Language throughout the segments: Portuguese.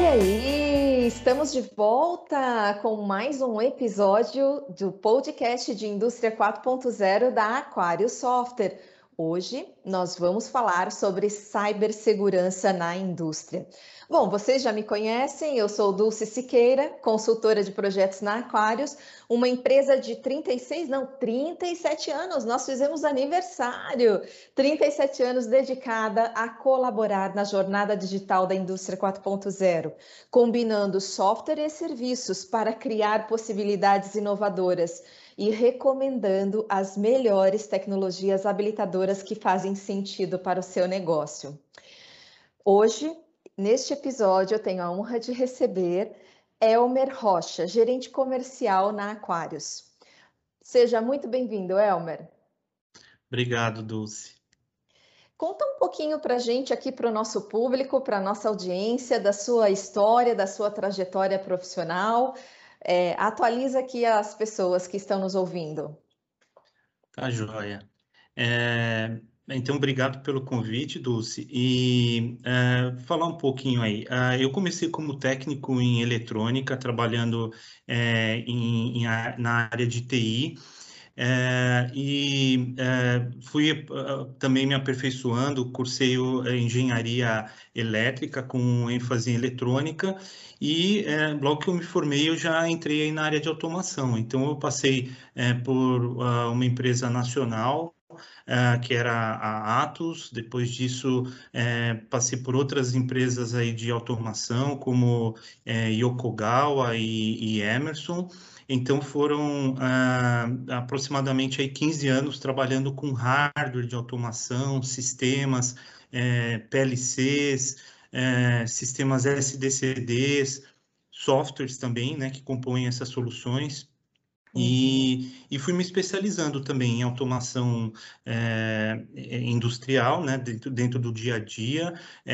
aí, estamos de volta com mais um episódio do podcast de Indústria 4.0 da Aquarius Software. Hoje nós vamos falar sobre cibersegurança na indústria. Bom, vocês já me conhecem, eu sou Dulce Siqueira, consultora de projetos na Aquarius, uma empresa de 37 anos, nós fizemos aniversário, 37 anos dedicada a colaborar na jornada digital da indústria 4.0, combinando software e serviços para criar possibilidades inovadoras e recomendando as melhores tecnologias habilitadoras que fazem sentido para o seu negócio. Hoje, neste episódio, eu tenho a honra de receber Elmer Rocha, gerente comercial na Aquarius. Seja muito bem-vindo, Elmer. Obrigado, Dulce. Conta um pouquinho para a gente aqui, para o nosso público, para a nossa audiência, da sua história, da sua trajetória profissional. Atualiza aqui as pessoas que estão nos ouvindo. Tá joia. Então, obrigado pelo convite, Dulce. E falar um pouquinho aí. Eu comecei como técnico em eletrônica, trabalhando na área de TI. Fui também me aperfeiçoando, cursei engenharia elétrica com ênfase em eletrônica e logo que eu me formei eu já entrei aí na área de automação. Então eu passei por uma empresa nacional que era a Atos. Depois disso passei por outras empresas aí de automação como Yokogawa e Emerson. Então foram aproximadamente aí 15 anos trabalhando com hardware de automação, sistemas, PLCs, sistemas SDCDs, softwares também, né, que compõem essas soluções. E fui me especializando também em automação industrial, né, dentro do dia a dia.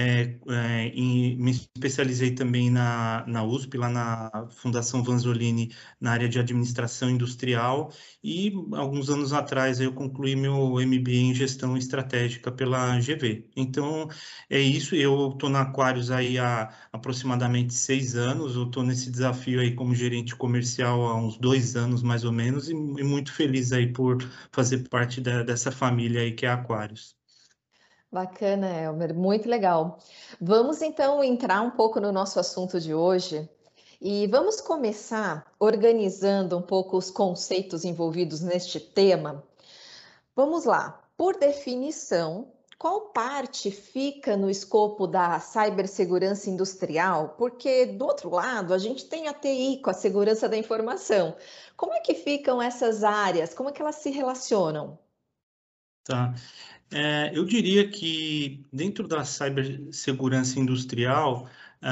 E me especializei também na USP, lá na Fundação Vanzolini, na área de administração industrial. E alguns anos atrás eu concluí meu MBA em gestão estratégica pela GV. Então é isso. Eu estou na Aquarius aí há aproximadamente 6 anos. Eu estou nesse desafio aí como gerente comercial há uns 2 anos mais ou menos, e muito feliz aí por fazer parte dessa família aí que é a Aquarius. Bacana, Elmer, muito legal. Vamos então entrar um pouco no nosso assunto de hoje e vamos começar organizando um pouco os conceitos envolvidos neste tema. Vamos lá. Por definição, qual parte fica no escopo da cibersegurança industrial? Porque, do outro lado, a gente tem a TI com a segurança da informação. Como é que ficam essas áreas? Como é que elas se relacionam? Tá. Eu diria que dentro da cibersegurança industrial,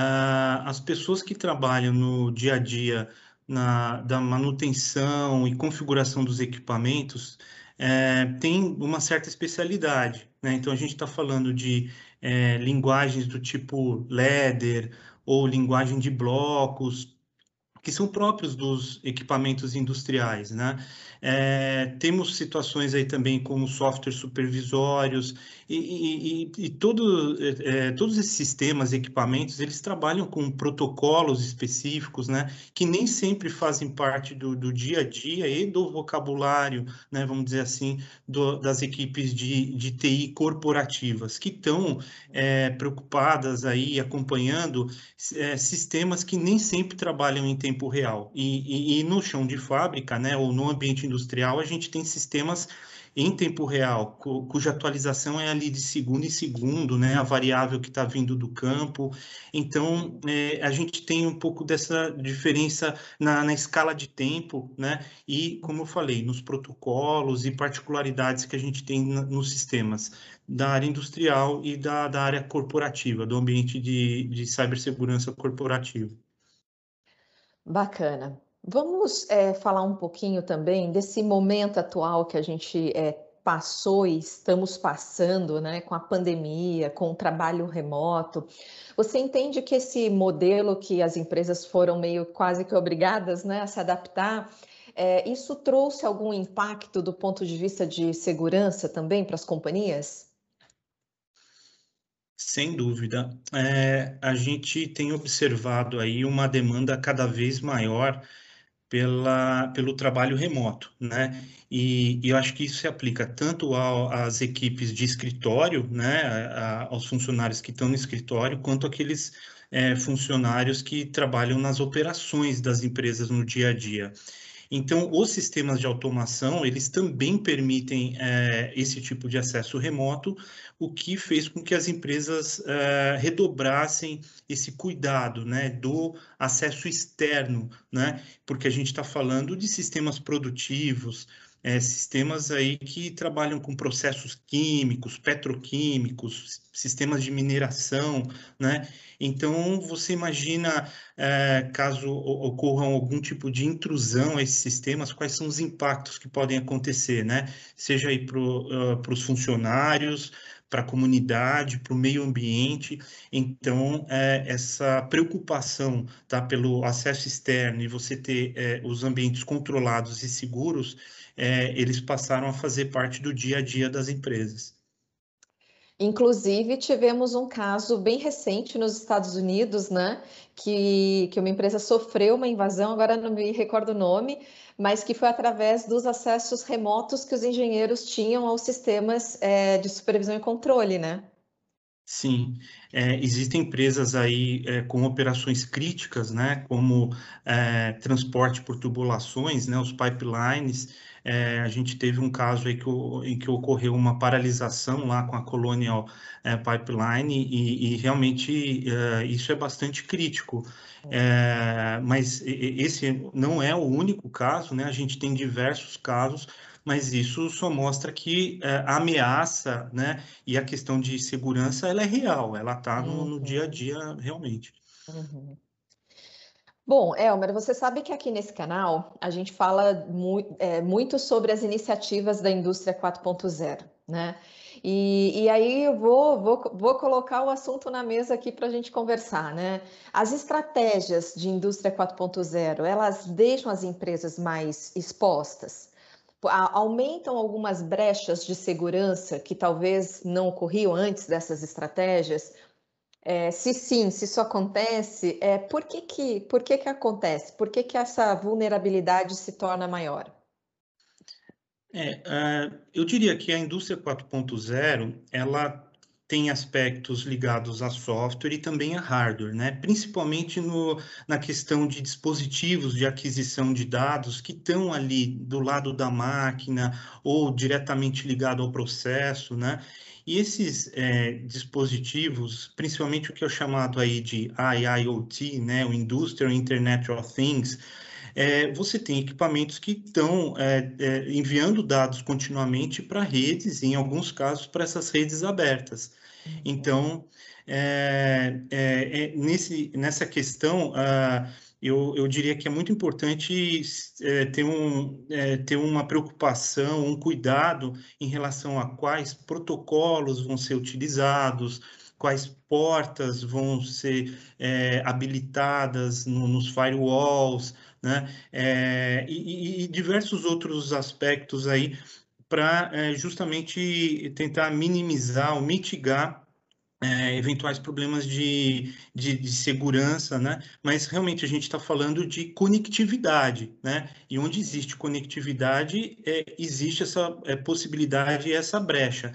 as pessoas que trabalham no dia a dia da manutenção e configuração dos equipamentos têm uma certa especialidade, né? Então, a gente está falando de linguagens do tipo ladder ou linguagem de blocos, que são próprios dos equipamentos industriais, né? Temos situações aí também como softwares supervisórios e todos esses sistemas e equipamentos, eles trabalham com protocolos específicos, né? Que nem sempre fazem parte do dia a dia e do vocabulário, né? Vamos dizer assim, das equipes de TI corporativas, que estão preocupadas aí, acompanhando sistemas que nem sempre trabalham em tempo real. E no chão de fábrica, né, ou no ambiente industrial, a gente tem sistemas em tempo real, cuja atualização é ali de segundo em segundo, né, a variável que está vindo do campo. Então, a gente tem um pouco dessa diferença na escala de tempo, né, e, como eu falei, nos protocolos e particularidades que a gente tem nos sistemas da área industrial e da área corporativa, do ambiente de cibersegurança corporativa. Bacana. Vamos falar um pouquinho também desse momento atual que a gente passou e estamos passando, né, com a pandemia, com o trabalho remoto. Você entende que esse modelo que as empresas foram meio quase que obrigadas, né, a se adaptar, isso trouxe algum impacto do ponto de vista de segurança também para as companhias? Sem dúvida. A gente tem observado aí uma demanda cada vez maior pelo trabalho remoto, né? E eu acho que isso se aplica tanto às equipes de escritório, né, aos funcionários que estão no escritório, quanto aqueles funcionários que trabalham nas operações das empresas no dia a dia. Então, os sistemas de automação, eles também permitem esse tipo de acesso remoto, o que fez com que as empresas redobrassem esse cuidado, né, do acesso externo, né, porque a gente está falando de sistemas produtivos, sistemas aí que trabalham com processos químicos, petroquímicos, sistemas de mineração, né? Então, você imagina caso ocorram algum tipo de intrusão a esses sistemas, quais são os impactos que podem acontecer, né? Seja aí para os funcionários, para a comunidade, para o meio ambiente. Então, essa preocupação, tá, pelo acesso externo e você ter os ambientes controlados e seguros, eles passaram a fazer parte do dia a dia das empresas. Inclusive, tivemos um caso bem recente nos Estados Unidos, né? Que uma empresa sofreu uma invasão, agora não me recordo o nome, mas que foi através dos acessos remotos que os engenheiros tinham aos sistemas, de supervisão e controle, né? Sim, existem empresas aí com operações críticas, né, como transporte por tubulações, né, os pipelines. A gente teve um caso aí em que ocorreu uma paralisação lá com a Colonial Pipeline e realmente isso é bastante crítico. Mas esse não é o único caso, né? A gente tem diversos casos, mas isso só mostra que a ameaça, né, e a questão de segurança, ela é real, ela está no dia a Uhum, dia realmente. uhum. Bom, Elmer, você sabe que aqui nesse canal a gente fala muito sobre as iniciativas da indústria 4.0, né? E aí eu vou colocar o assunto na mesa aqui para a gente conversar, né? As estratégias de indústria 4.0, elas deixam as empresas mais expostas? Aumentam algumas brechas de segurança que talvez não ocorriam antes dessas estratégias? Se sim, se isso acontece, por que que acontece? Por que que essa vulnerabilidade se torna maior? Eu diria que a indústria 4.0, ela tem aspectos ligados a software e também a hardware, né? Principalmente na questão de dispositivos de aquisição de dados que estão ali do lado da máquina ou diretamente ligado ao processo, né? E esses dispositivos, principalmente o que é chamado aí de IIoT, né? O Industrial Internet of Things, você tem equipamentos que estão enviando dados continuamente para redes, e em alguns casos para essas redes abertas. Uhum. Então, nessa questão, eu diria que é muito importante ter uma preocupação, um cuidado em relação a quais protocolos vão ser utilizados, quais portas vão ser habilitadas nos firewalls, né? E diversos outros aspectos aí para justamente tentar minimizar ou mitigar eventuais problemas de segurança, né? Mas realmente a gente está falando de conectividade, né? E onde existe conectividade, existe essa possibilidade e essa brecha.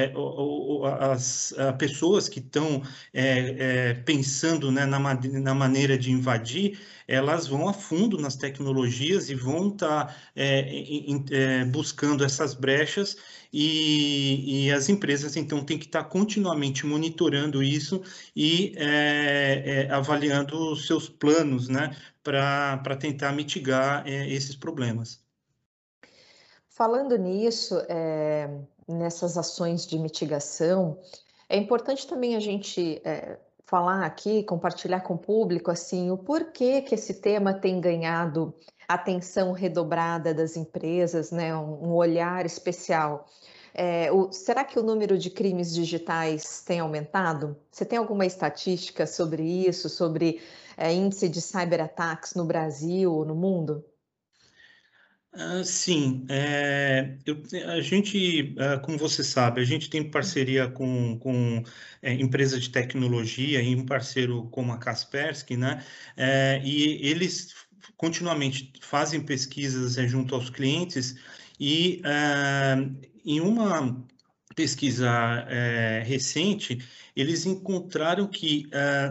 As pessoas que estão pensando, né, na maneira de invadir, elas vão a fundo nas tecnologias e vão estar buscando essas brechas e as empresas, então, têm que estar continuamente monitorando isso e avaliando os seus planos, né, para tentar mitigar esses problemas. Falando nisso, nessas ações de mitigação, é importante também a gente falar aqui, compartilhar com o público, assim, o porquê que esse tema tem ganhado atenção redobrada das empresas, né, um olhar especial. Será que o número de crimes digitais tem aumentado? Você tem alguma estatística sobre isso, sobre índice de cyberataques no Brasil ou no mundo? Sim, a gente, como você sabe, a gente tem parceria com empresas de tecnologia e um parceiro como a Kaspersky, né? E eles continuamente fazem pesquisas junto aos clientes e em uma pesquisa recente, eles encontraram que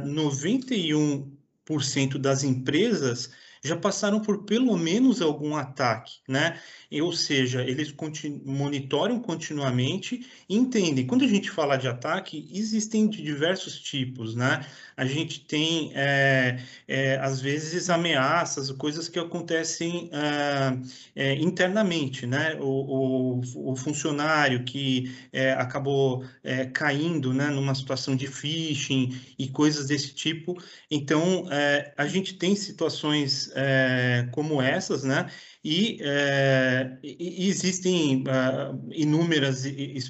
91% das empresas já passaram por pelo menos algum ataque, né? Ou seja, eles monitoram continuamente e entendem. Quando a gente fala de ataque, existem de diversos tipos, né? A gente tem, às vezes, ameaças, coisas que acontecem internamente, né? O funcionário que acabou caindo, né, numa situação de phishing e coisas desse tipo. Então, a gente tem situações como essas, né? E existem inúmeras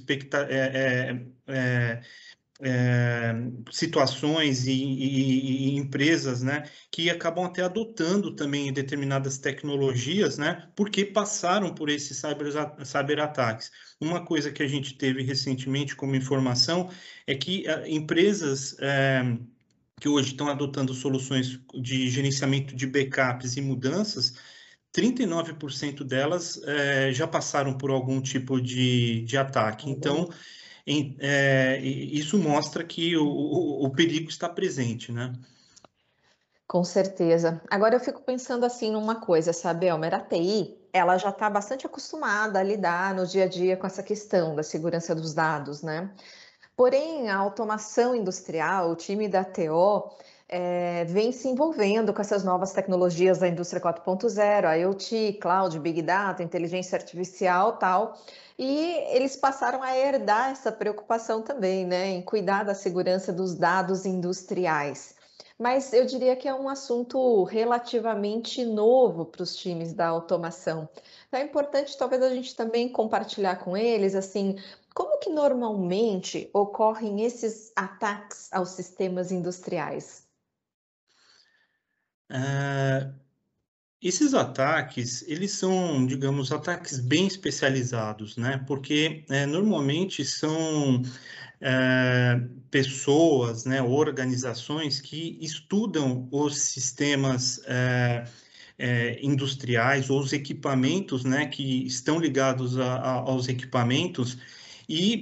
situações e empresas, né, que acabam até adotando também determinadas tecnologias, né, porque passaram por esses cyberataques. Uma coisa que a gente teve recentemente como informação é que empresas que hoje estão adotando soluções de gerenciamento de backups e mudanças, 39% delas já passaram por algum tipo de ataque. Então, isso mostra que o perigo está presente, né? Com certeza. Agora eu fico pensando assim numa coisa, sabe, Elmer? A TI, ela já está bastante acostumada a lidar no dia a dia com essa questão da segurança dos dados, né? Porém, a automação industrial, o time da TO, vem se envolvendo com essas novas tecnologias da indústria 4.0, a IoT, cloud, big data, inteligência artificial, tal. E eles passaram a herdar essa preocupação também, né, em cuidar da segurança dos dados industriais. Mas eu diria que é um assunto relativamente novo para os times da automação. Então é importante talvez a gente também compartilhar com eles assim como que normalmente ocorrem esses ataques aos sistemas industriais? Ah, esses ataques, eles são, digamos, ataques bem especializados, né? Porque normalmente são pessoas, né, organizações que estudam os sistemas industriais ou os equipamentos, né, que estão ligados aos equipamentos e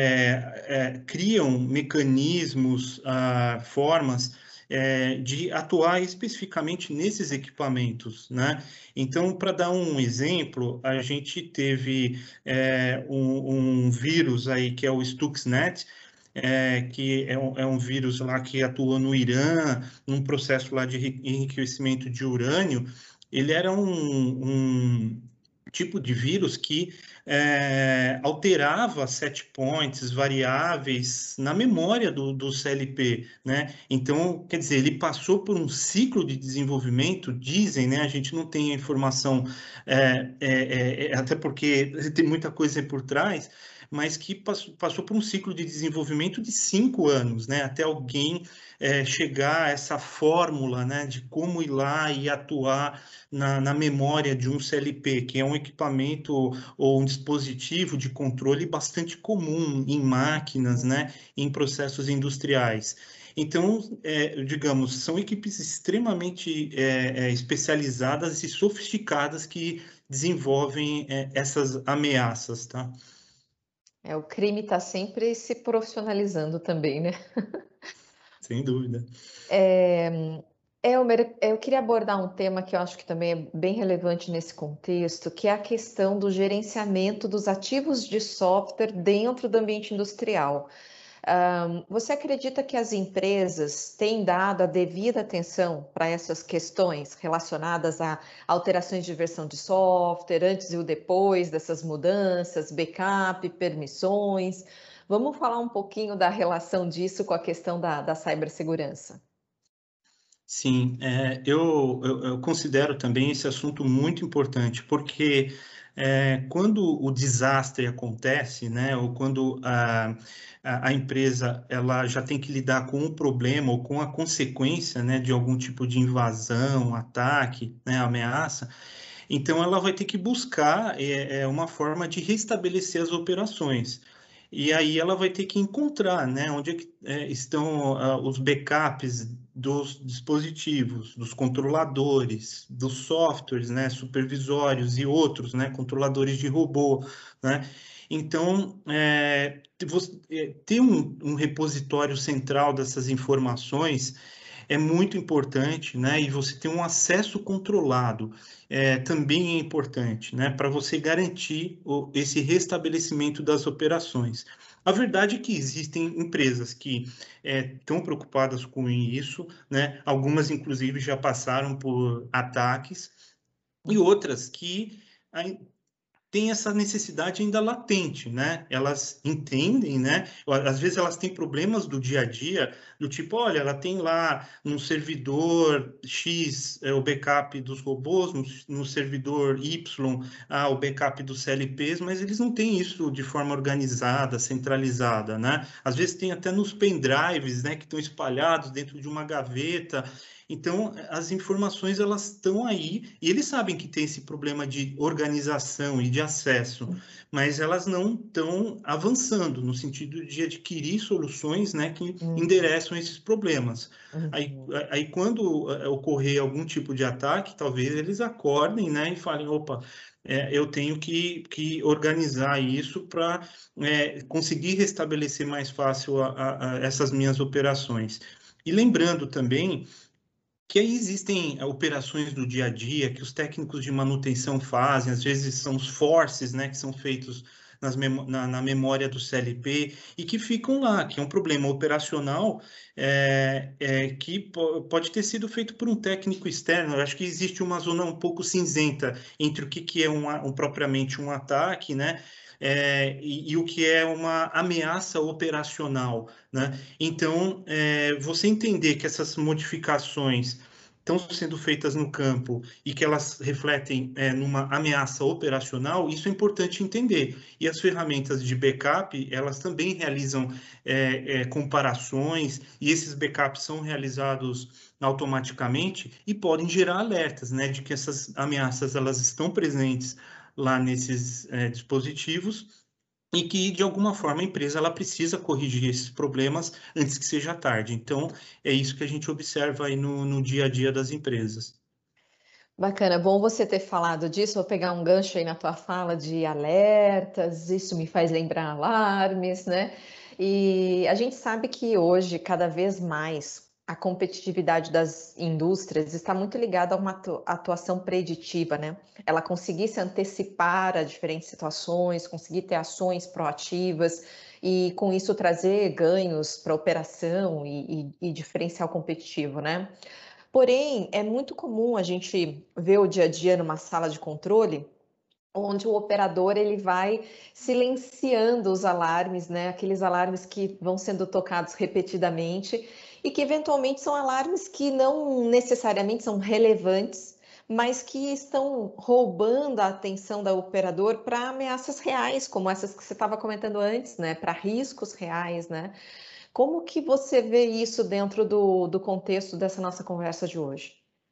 criam mecanismos, formas de atuar especificamente nesses equipamentos, né? Então, para dar um exemplo, a gente teve um vírus aí que é o Stuxnet, que é um vírus lá que atua no Irã, num processo lá de enriquecimento de urânio. Ele era um tipo de vírus que alterava set points, variáveis na memória do CLP, né? Então, quer dizer, ele passou por um ciclo de desenvolvimento, dizem, né? A gente não tem a informação, até porque tem muita coisa aí por trás, mas que passou por um ciclo de desenvolvimento de 5 anos, né? Até alguém chegar a essa fórmula, né? De como ir lá e atuar na memória de um CLP, que é um equipamento ou um dispositivo de controle bastante comum em máquinas, né? Em processos industriais. Então, digamos, são equipes extremamente especializadas e sofisticadas que desenvolvem essas ameaças, tá? O crime está sempre se profissionalizando também, né? Sem dúvida. Elmer, eu queria abordar um tema que eu acho que também é bem relevante nesse contexto, que é a questão do gerenciamento dos ativos de software dentro do ambiente industrial. Você acredita que as empresas têm dado a devida atenção para essas questões relacionadas a alterações de versão de software, antes e o depois dessas mudanças, backup, permissões? Vamos falar um pouquinho da relação disso com a questão da cibersegurança. Sim, eu considero também esse assunto muito importante, porque quando o desastre acontece, né, ou quando a empresa ela já tem que lidar com um problema ou com a consequência, né, de algum tipo de invasão, ataque, né, ameaça, Então, ela vai ter que buscar uma forma de restabelecer as operações. E aí ela vai ter que encontrar, né, onde é que estão os backups dos dispositivos, dos controladores, dos softwares, né, supervisórios e outros, né, controladores de robô, né? Então, ter um repositório central dessas informações é muito importante, né? E você ter um acesso controlado também é importante, né? Para você garantir esse restabelecimento das operações. A verdade é que existem empresas que estão preocupadas com isso, né? Algumas, inclusive, já passaram por ataques, e outras que tem essa necessidade ainda latente, né? Elas entendem, né? Às vezes elas têm problemas do dia a dia, do tipo, olha, ela tem lá no servidor X o backup dos robôs, no servidor Y o backup dos CLPs, mas eles não têm isso de forma organizada, centralizada, né? Às vezes tem até nos pendrives, né, que estão espalhados dentro de uma gaveta. Então, as informações elas estão aí e eles sabem que tem esse problema de organização e de acesso, mas elas não estão avançando no sentido de adquirir soluções, né, que endereçam esses problemas. Aí quando ocorrer algum tipo de ataque, talvez eles acordem, né, e falem, opa, eu tenho que organizar isso para conseguir restabelecer mais fácil essas minhas operações. E lembrando também que aí existem operações do dia a dia que os técnicos de manutenção fazem, às vezes são os forces, né, que são feitos na memória do CLP e que ficam lá, que é um problema operacional que pode ter sido feito por um técnico externo. Eu acho que existe uma zona um pouco cinzenta entre o que é propriamente um ataque, né, e o que é uma ameaça operacional, né? Então, você entender que essas modificações estão sendo feitas no campo e que elas refletem numa ameaça operacional, isso é importante entender. E as ferramentas de backup, elas também realizam comparações, e esses backups são realizados automaticamente e podem gerar alertas, né, de que essas ameaças elas estão presentes lá nesses dispositivos e que, de alguma forma, a empresa ela precisa corrigir esses problemas antes que seja tarde. Então, é isso que a gente observa aí no dia a dia das empresas. Bacana, bom você ter falado disso. Vou pegar um gancho aí na tua fala de alertas, isso me faz lembrar alarmes, né? E a gente sabe que hoje, cada vez mais, a competitividade das indústrias está muito ligada a uma atuação preditiva, né? Ela conseguir se antecipar a diferentes situações, conseguir ter ações proativas e, com isso, trazer ganhos para a operação e diferencial competitivo, né? Porém, é muito comum a gente ver o dia a dia numa sala de controle, onde o operador ele vai silenciando os alarmes, né? Aqueles alarmes que vão sendo tocados repetidamente e que eventualmente são alarmes que não necessariamente são relevantes, mas que estão roubando a atenção do operador para ameaças reais, como essas que você estava comentando antes, né? Para riscos reais, né? Como que você vê isso dentro do contexto dessa nossa conversa de hoje?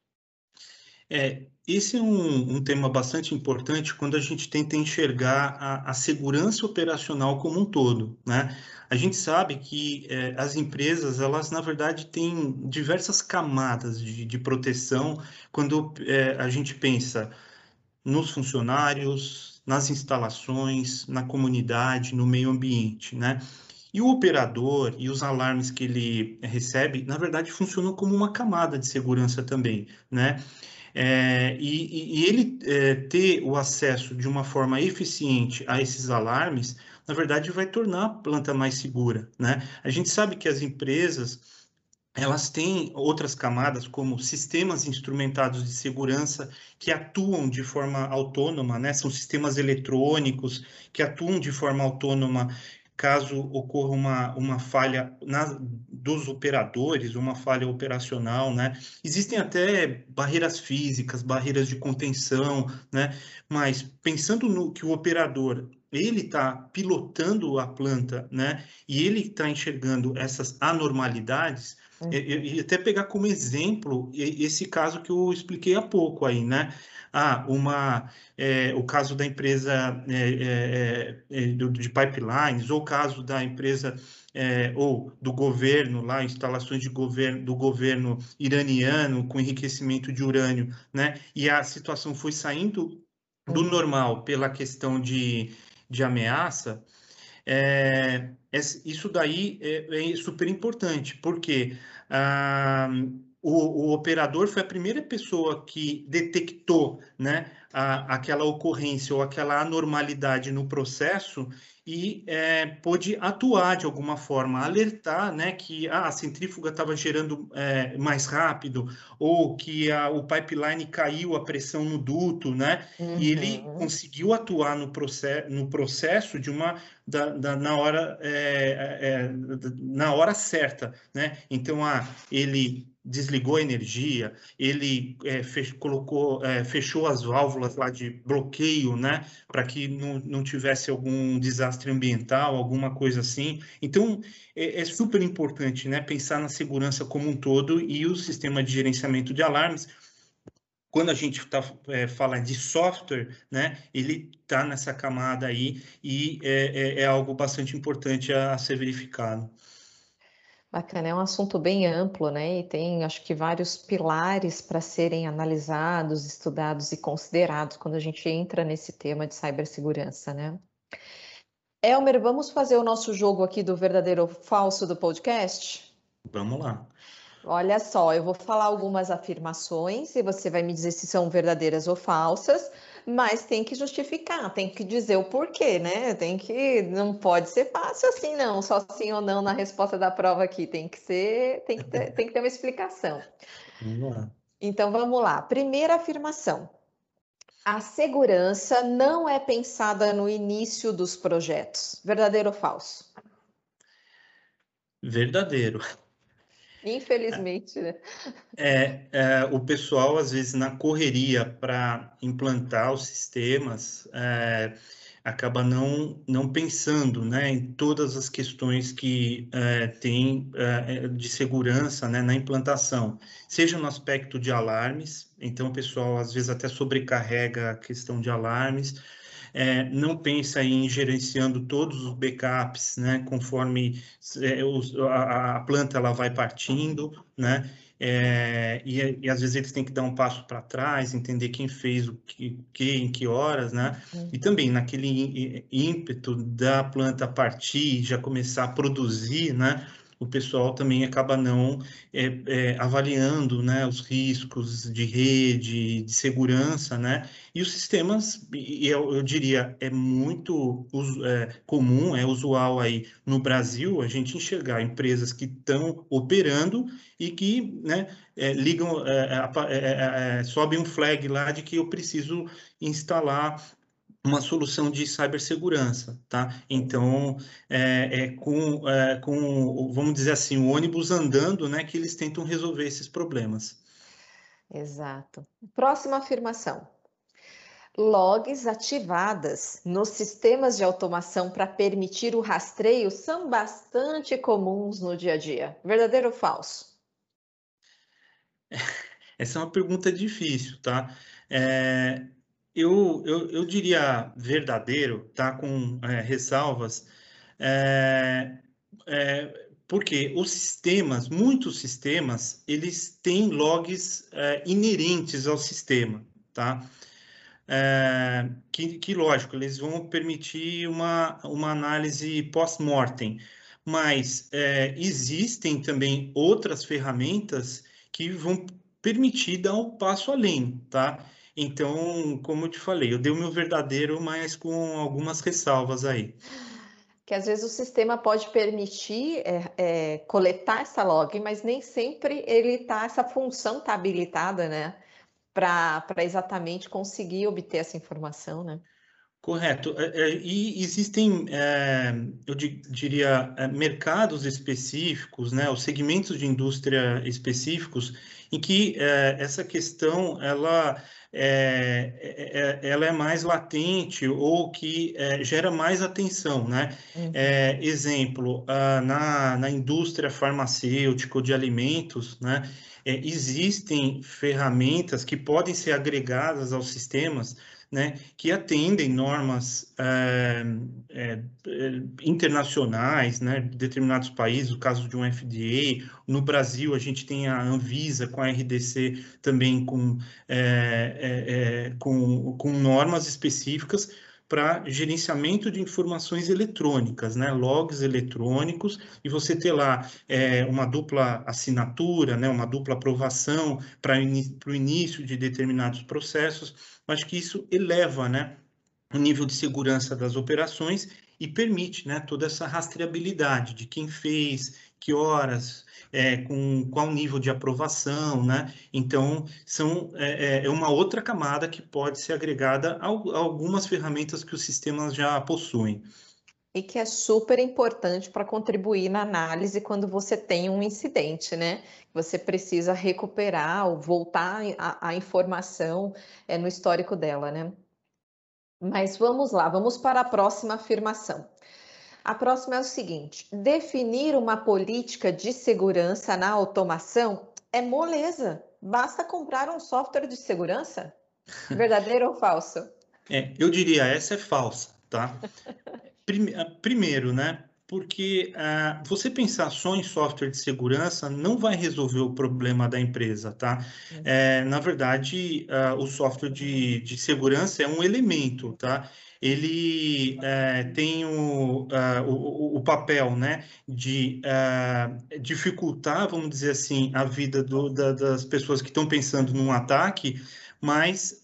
Esse é um tema bastante importante quando a gente tenta enxergar a segurança operacional como um todo, né? A gente sabe que as empresas, elas, na verdade, têm diversas camadas de proteção quando a gente pensa nos funcionários, nas instalações, na comunidade, no meio ambiente, né? E o operador e os alarmes que ele recebe, na verdade, funcionam como uma camada de segurança também, né? E ele ter o acesso de uma forma eficiente a esses alarmes, na verdade, vai tornar a planta mais segura, né? A gente sabe que as empresas elas têm outras camadas, como sistemas instrumentados de segurança que atuam de forma autônoma, né? São sistemas eletrônicos que atuam de forma autônoma caso ocorra uma falha dos operadores, uma falha operacional, né? Existem até barreiras físicas, barreiras de contenção, né? Mas pensando no que o operador ele está pilotando a planta, né? E ele está enxergando essas anormalidades. E até pegar como exemplo esse caso que eu expliquei há pouco aí, né? O caso da empresa de pipelines, ou o caso da empresa ou do governo lá, instalações do governo iraniano com enriquecimento de urânio, né? E a situação foi saindo do normal pela questão de ameaça. Isso daí é super importante, porque ah, o operador foi a primeira pessoa que detectou, né, aquela ocorrência ou aquela anormalidade no processo e pôde atuar de alguma forma, alertar, né, que a centrífuga estava gerando mais rápido ou que o pipeline caiu a pressão no duto, né, e ele conseguiu atuar no processo de uma na hora certa, né? Então, ele desligou a energia, ele fechou as válvulas lá de bloqueio, né? Para que não tivesse algum desastre ambiental, alguma coisa assim. Então, é super importante, né? Pensar na segurança como um todo e o sistema de gerenciamento de alarmes. Quando a gente fala de software, né, ele está nessa camada aí e é algo bastante importante a ser verificado. Bacana, é um assunto bem amplo, né? E tem, acho que, vários pilares para serem analisados, estudados e considerados quando a gente entra nesse tema de cibersegurança, né? Elmer, vamos fazer o nosso jogo aqui do verdadeiro ou falso do podcast? Vamos lá. Olha só, eu vou falar algumas afirmações e você vai me dizer se são verdadeiras ou falsas, mas tem que justificar, tem que dizer o porquê, né? Não pode ser fácil assim, não, só sim ou não na resposta da prova aqui, tem que ter uma explicação. Vamos lá. Então vamos lá. Primeira afirmação: a segurança não é pensada no início dos projetos. Verdadeiro ou falso? Verdadeiro. Infelizmente, né? O pessoal, às vezes, na correria para implantar os sistemas, acaba não pensando, né, em todas as questões que tem de segurança, né, na implantação, seja no aspecto de alarmes, então o pessoal, às vezes, até sobrecarrega a questão de alarmes, não pensa em gerenciando todos os backups, né, conforme a planta ela vai partindo, né? E às vezes eles têm que dar um passo para trás, entender quem fez em que horas, né? E também naquele ímpeto da planta partir, já começar a produzir, né? O pessoal também acaba não avaliando, né, os riscos de rede, de segurança, né? E os sistemas, eu diria, é muito comum, é usual aí no Brasil a gente enxergar empresas que estão operando e que, né, ligam, sobe um flag lá de que eu preciso instalar uma solução de cibersegurança, tá? Então, vamos dizer assim, o ônibus andando, né, que eles tentam resolver esses problemas. Exato. Próxima afirmação: logs ativadas nos sistemas de automação para permitir o rastreio são bastante comuns no dia a dia. Verdadeiro ou falso? Essa é uma pergunta difícil, tá? É, eu diria verdadeiro, tá? Com ressalvas, é, porque os sistemas, muitos sistemas, eles têm logs inerentes ao sistema, tá? Lógico, eles vão permitir uma análise pós-mortem, mas existem também outras ferramentas que vão permitir dar um passo além, tá? Então, como eu te falei, eu dei o meu verdadeiro, mas com algumas ressalvas aí. Que às vezes o sistema pode permitir coletar essa log, mas nem sempre essa função está habilitada, né? Para exatamente conseguir obter essa informação, né? Correto. E existem, eu diria, mercados específicos, né, os segmentos de indústria específicos, em que essa questão ela é mais latente ou que gera mais atenção, né? Uhum. Exemplo, na indústria farmacêutica ou de alimentos, né, existem ferramentas que podem ser agregadas aos sistemas, né, que atendem normas internacionais, né, de determinados países, o caso de um FDA. No Brasil, a gente tem a Anvisa com a RDC também com normas específicas para gerenciamento de informações eletrônicas, né, logs eletrônicos, e você ter lá uma dupla assinatura, né, uma dupla aprovação para o início de determinados processos. Acho que isso eleva, né, o nível de segurança das operações e permite, né, toda essa rastreabilidade de quem fez, que horas, com qual nível de aprovação, né? Então, é uma outra camada que pode ser agregada a algumas ferramentas que os sistemas já possuem. E que é super importante para contribuir na análise quando você tem um incidente, né? Você precisa recuperar ou voltar a informação no histórico dela, né? Mas vamos lá, vamos para a próxima afirmação. A próxima é o seguinte: definir uma política de segurança na automação é moleza. Basta comprar um software de segurança? Verdadeiro ou falso? Eu diria, essa é falsa, tá? Primeiro, né? Porque você pensar só em software de segurança não vai resolver o problema da empresa, tá? Na verdade, o software de segurança é um elemento, tá? Ele tem o papel, né, de dificultar, vamos dizer assim, a vida das pessoas que estão pensando num ataque, mas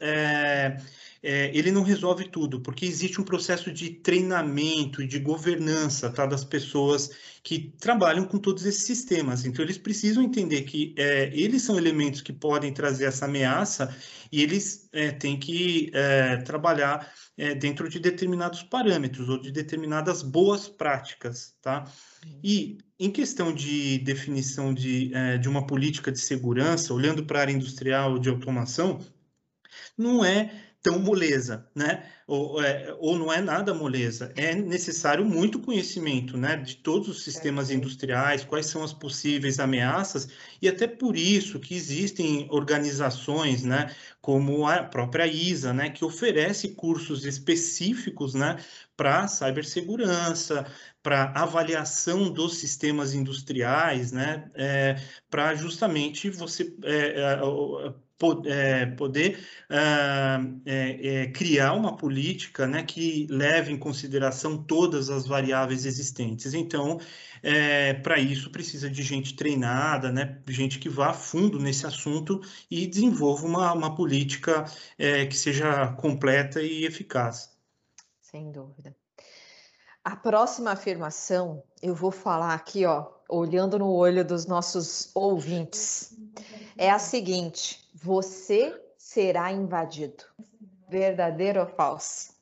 ele não resolve tudo, porque existe um processo de treinamento e de governança, tá, das pessoas que trabalham com todos esses sistemas. Então, eles precisam entender que eles são elementos que podem trazer essa ameaça e eles têm que trabalhar dentro de determinados parâmetros ou de determinadas boas práticas, tá? E em questão de definição de uma política de segurança, olhando para a área industrial de automação, não é tão moleza, né? Ou não é nada moleza. É necessário muito conhecimento, né, de todos os sistemas Perfeito. industriais, quais são as possíveis ameaças, e até por isso que existem organizações, né, como a própria ISA, né, que oferece cursos específicos, né, para cibersegurança, para avaliação dos sistemas industriais, né, para justamente você poder criar uma política, né, que leve em consideração todas as variáveis existentes. Então, para isso precisa de gente treinada, né, gente que vá a fundo nesse assunto e desenvolva uma política que seja completa e eficaz. Sem dúvida. A próxima afirmação, eu vou falar aqui, ó, olhando no olho dos nossos ouvintes, é a seguinte: você será invadido. Verdadeiro ou falso?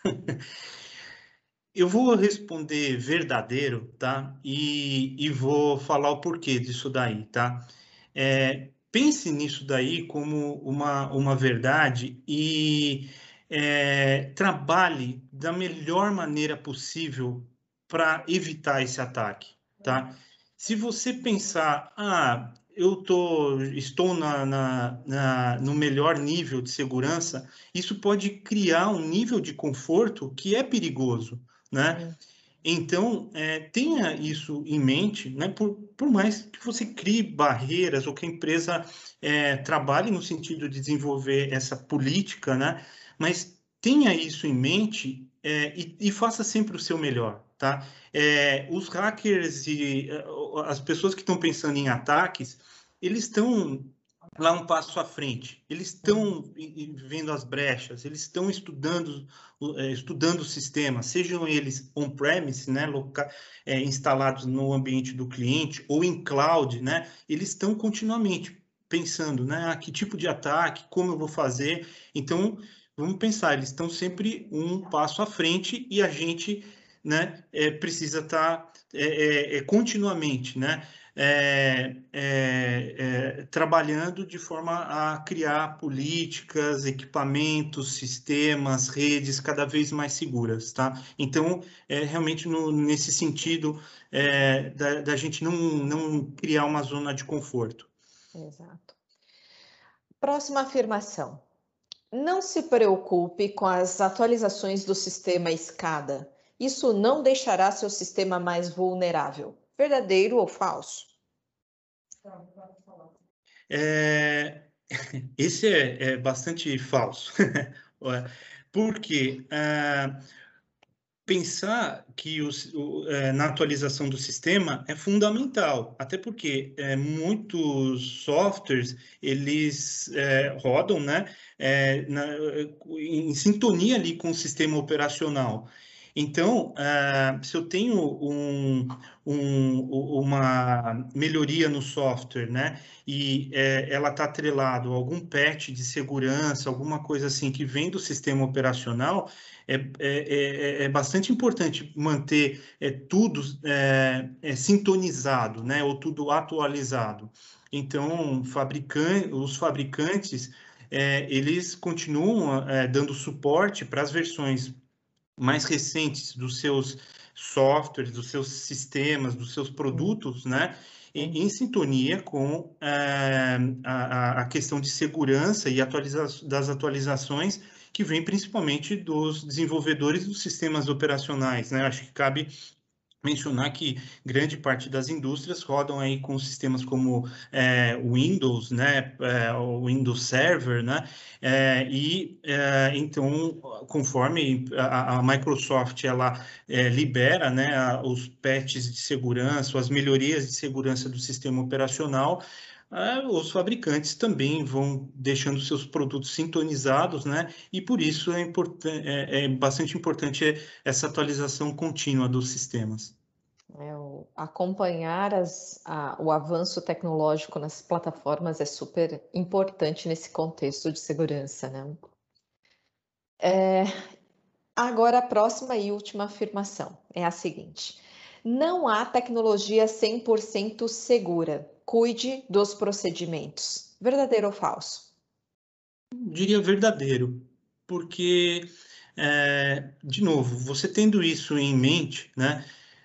Eu vou responder verdadeiro, tá? E vou falar o porquê disso daí, tá? Pense nisso daí como uma verdade e trabalhe da melhor maneira possível para evitar esse ataque, tá? Se você pensar, estou no melhor nível de segurança, isso pode criar um nível de conforto que é perigoso, né? Hum. Então, tenha isso em mente, né? Por mais que você crie barreiras ou que a empresa trabalhe no sentido de desenvolver essa política, né? Mas tenha isso em mente e faça sempre o seu melhor, tá? Os hackers e as pessoas que estão pensando em ataques, eles estão lá um passo à frente. Eles estão vendo as brechas, eles estão estudando o sistema, sejam eles on-premise, né, instalados no ambiente do cliente, ou em cloud, né, eles estão continuamente pensando, né, que tipo de ataque, como eu vou fazer. Então, vamos pensar, eles estão sempre um passo à frente e a gente, né, precisa estar continuamente, né, trabalhando de forma a criar políticas, equipamentos, sistemas, redes cada vez mais seguras, tá? Então, realmente nesse sentido da gente não criar uma zona de conforto. Exato. Próxima afirmação. Não se preocupe com as atualizações do sistema SCADA. Isso não deixará seu sistema mais vulnerável. Verdadeiro ou falso? É, esse é bastante falso. Porque pensar que na atualização do sistema é fundamental, até porque muitos softwares eles rodam, né, em sintonia ali com o sistema operacional. Então, se eu tenho uma melhoria no software, né, e ela está atrelado a algum patch de segurança, alguma coisa assim que vem do sistema operacional, é bastante importante manter tudo sintonizado, né, ou tudo atualizado. Então, os fabricantes, eles continuam dando suporte para as versões mais recentes dos seus softwares, dos seus sistemas, dos seus produtos, né? Em sintonia com a questão de segurança e das atualizações que vem principalmente dos desenvolvedores dos sistemas operacionais, né? Acho que cabe mencionar que grande parte das indústrias rodam aí com sistemas como Windows, né, o Windows Server, né, então, conforme a Microsoft ela libera, né, os patches de segurança, as melhorias de segurança do sistema operacional, os fabricantes também vão deixando seus produtos sintonizados, né? E por isso é bastante importante essa atualização contínua dos sistemas. Acompanhar o avanço tecnológico nas plataformas é super importante nesse contexto de segurança, né? Agora, a próxima e última afirmação é a seguinte: não há tecnologia 100% segura. Cuide dos procedimentos. Verdadeiro ou falso? Diria verdadeiro, porque, de novo, você tendo isso em mente, né,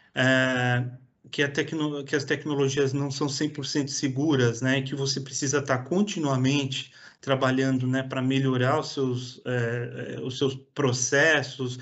que as tecnologias não são 100% seguras, né, e que você precisa estar continuamente trabalhando, né, para melhorar os seus processos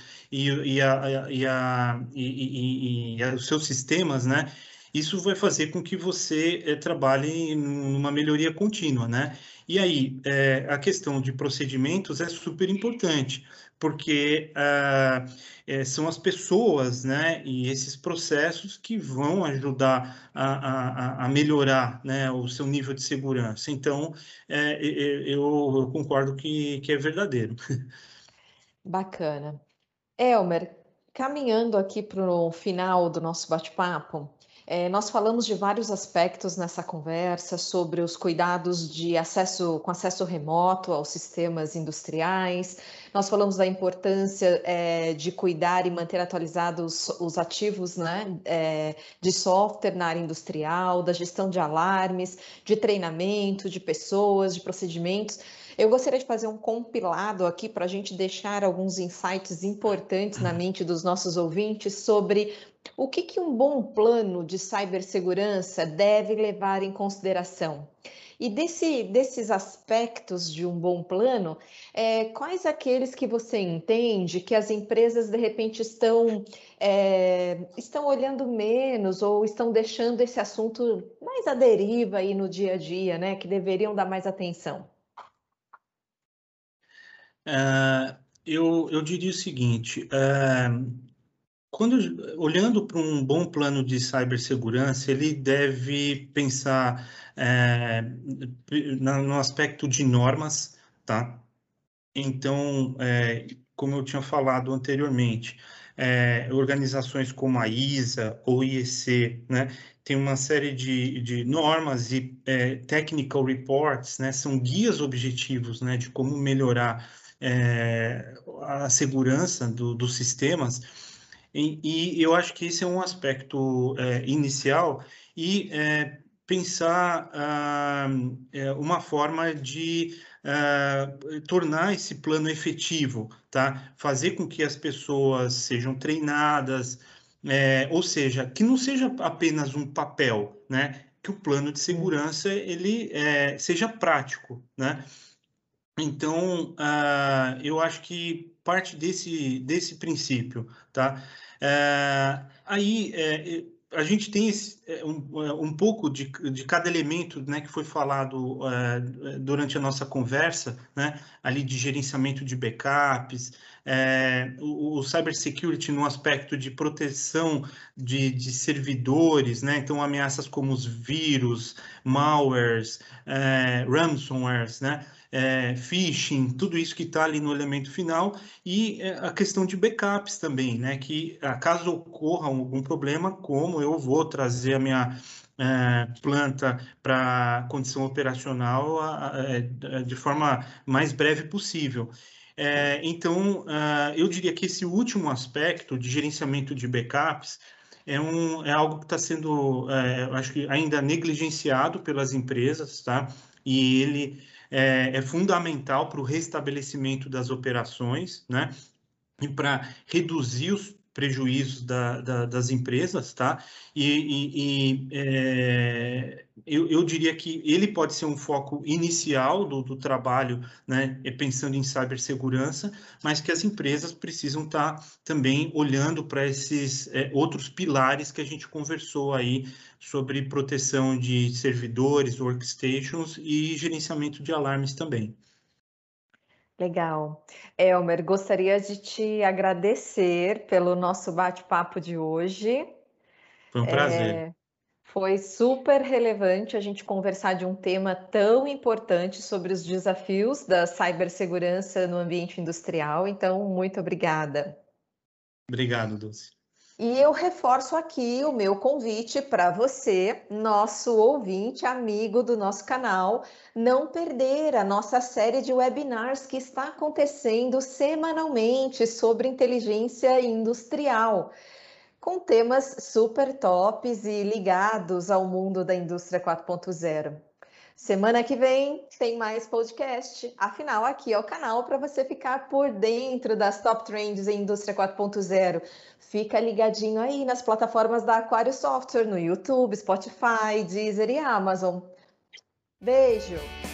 e os seus sistemas, né, isso vai fazer com que você trabalhe numa melhoria contínua, né? E aí, a questão de procedimentos é super importante, porque são as pessoas, né, e esses processos que vão ajudar a melhorar, né, o seu nível de segurança. Então, eu concordo que é verdadeiro. Bacana. Elmer, caminhando aqui para o final do nosso bate-papo, nós falamos de vários aspectos nessa conversa sobre os cuidados de acesso com acesso remoto aos sistemas industriais. Nós falamos da importância de cuidar e manter atualizados os ativos, né, de software na área industrial, da gestão de alarmes, de treinamento, de pessoas, de procedimentos. Eu gostaria de fazer um compilado aqui para a gente deixar alguns insights importantes na mente dos nossos ouvintes sobre o que um bom plano de cibersegurança deve levar em consideração. E desses aspectos de um bom plano, quais aqueles que você entende que as empresas de repente estão olhando menos ou estão deixando esse assunto mais à deriva aí no dia a dia, né? Que deveriam dar mais atenção? Eu diria o seguinte, olhando para um bom plano de cibersegurança, ele deve pensar no aspecto de normas, tá? Então, como eu tinha falado anteriormente, organizações como a ISA ou IEC, né, tem uma série de normas e technical reports, né, são guias objetivos, né, de como melhorar a segurança dos sistemas, e eu acho que esse é um aspecto inicial, e pensar uma forma de tornar esse plano efetivo, tá? Fazer com que as pessoas sejam treinadas, ou seja, que não seja apenas um papel, né? Que o plano de segurança ele seja prático, né? Então, eu acho que parte desse princípio, tá? Aí, a gente tem um pouco de cada elemento, né, que foi falado durante a nossa conversa, né, ali de gerenciamento de backups, o cybersecurity no aspecto de proteção de servidores, né, então ameaças como os vírus, malwares, ransomwares, né, phishing, tudo isso que está ali no elemento final, e a questão de backups também, né? Que caso ocorra algum problema, como eu vou trazer a minha planta para condição operacional de forma mais breve possível. Então, eu diria que esse último aspecto de gerenciamento de backups é algo que está sendo, acho que ainda negligenciado pelas empresas, tá? E ele é fundamental para o restabelecimento das operações, né? E para reduzir os prejuízos das empresas, tá? Eu diria que ele pode ser um foco inicial do trabalho, né? Pensando em cibersegurança, mas que as empresas precisam estar também olhando para esses outros pilares que a gente conversou aí sobre proteção de servidores, workstations e gerenciamento de alarmes também. Legal. Elmer, gostaria de te agradecer pelo nosso bate-papo de hoje. Foi um prazer. Foi super relevante a gente conversar de um tema tão importante sobre os desafios da cibersegurança no ambiente industrial. Então, muito obrigada. Obrigado, Dulce. E eu reforço aqui o meu convite para você, nosso ouvinte, amigo do nosso canal, não perder a nossa série de webinars que está acontecendo semanalmente sobre inteligência industrial, com temas super tops e ligados ao mundo da indústria 4.0. Semana que vem tem mais podcast. Afinal, aqui é o canal para você ficar por dentro das top trends em indústria 4.0. Fica ligadinho aí nas plataformas da Aquário Software, no YouTube, Spotify, Deezer e Amazon. Beijo!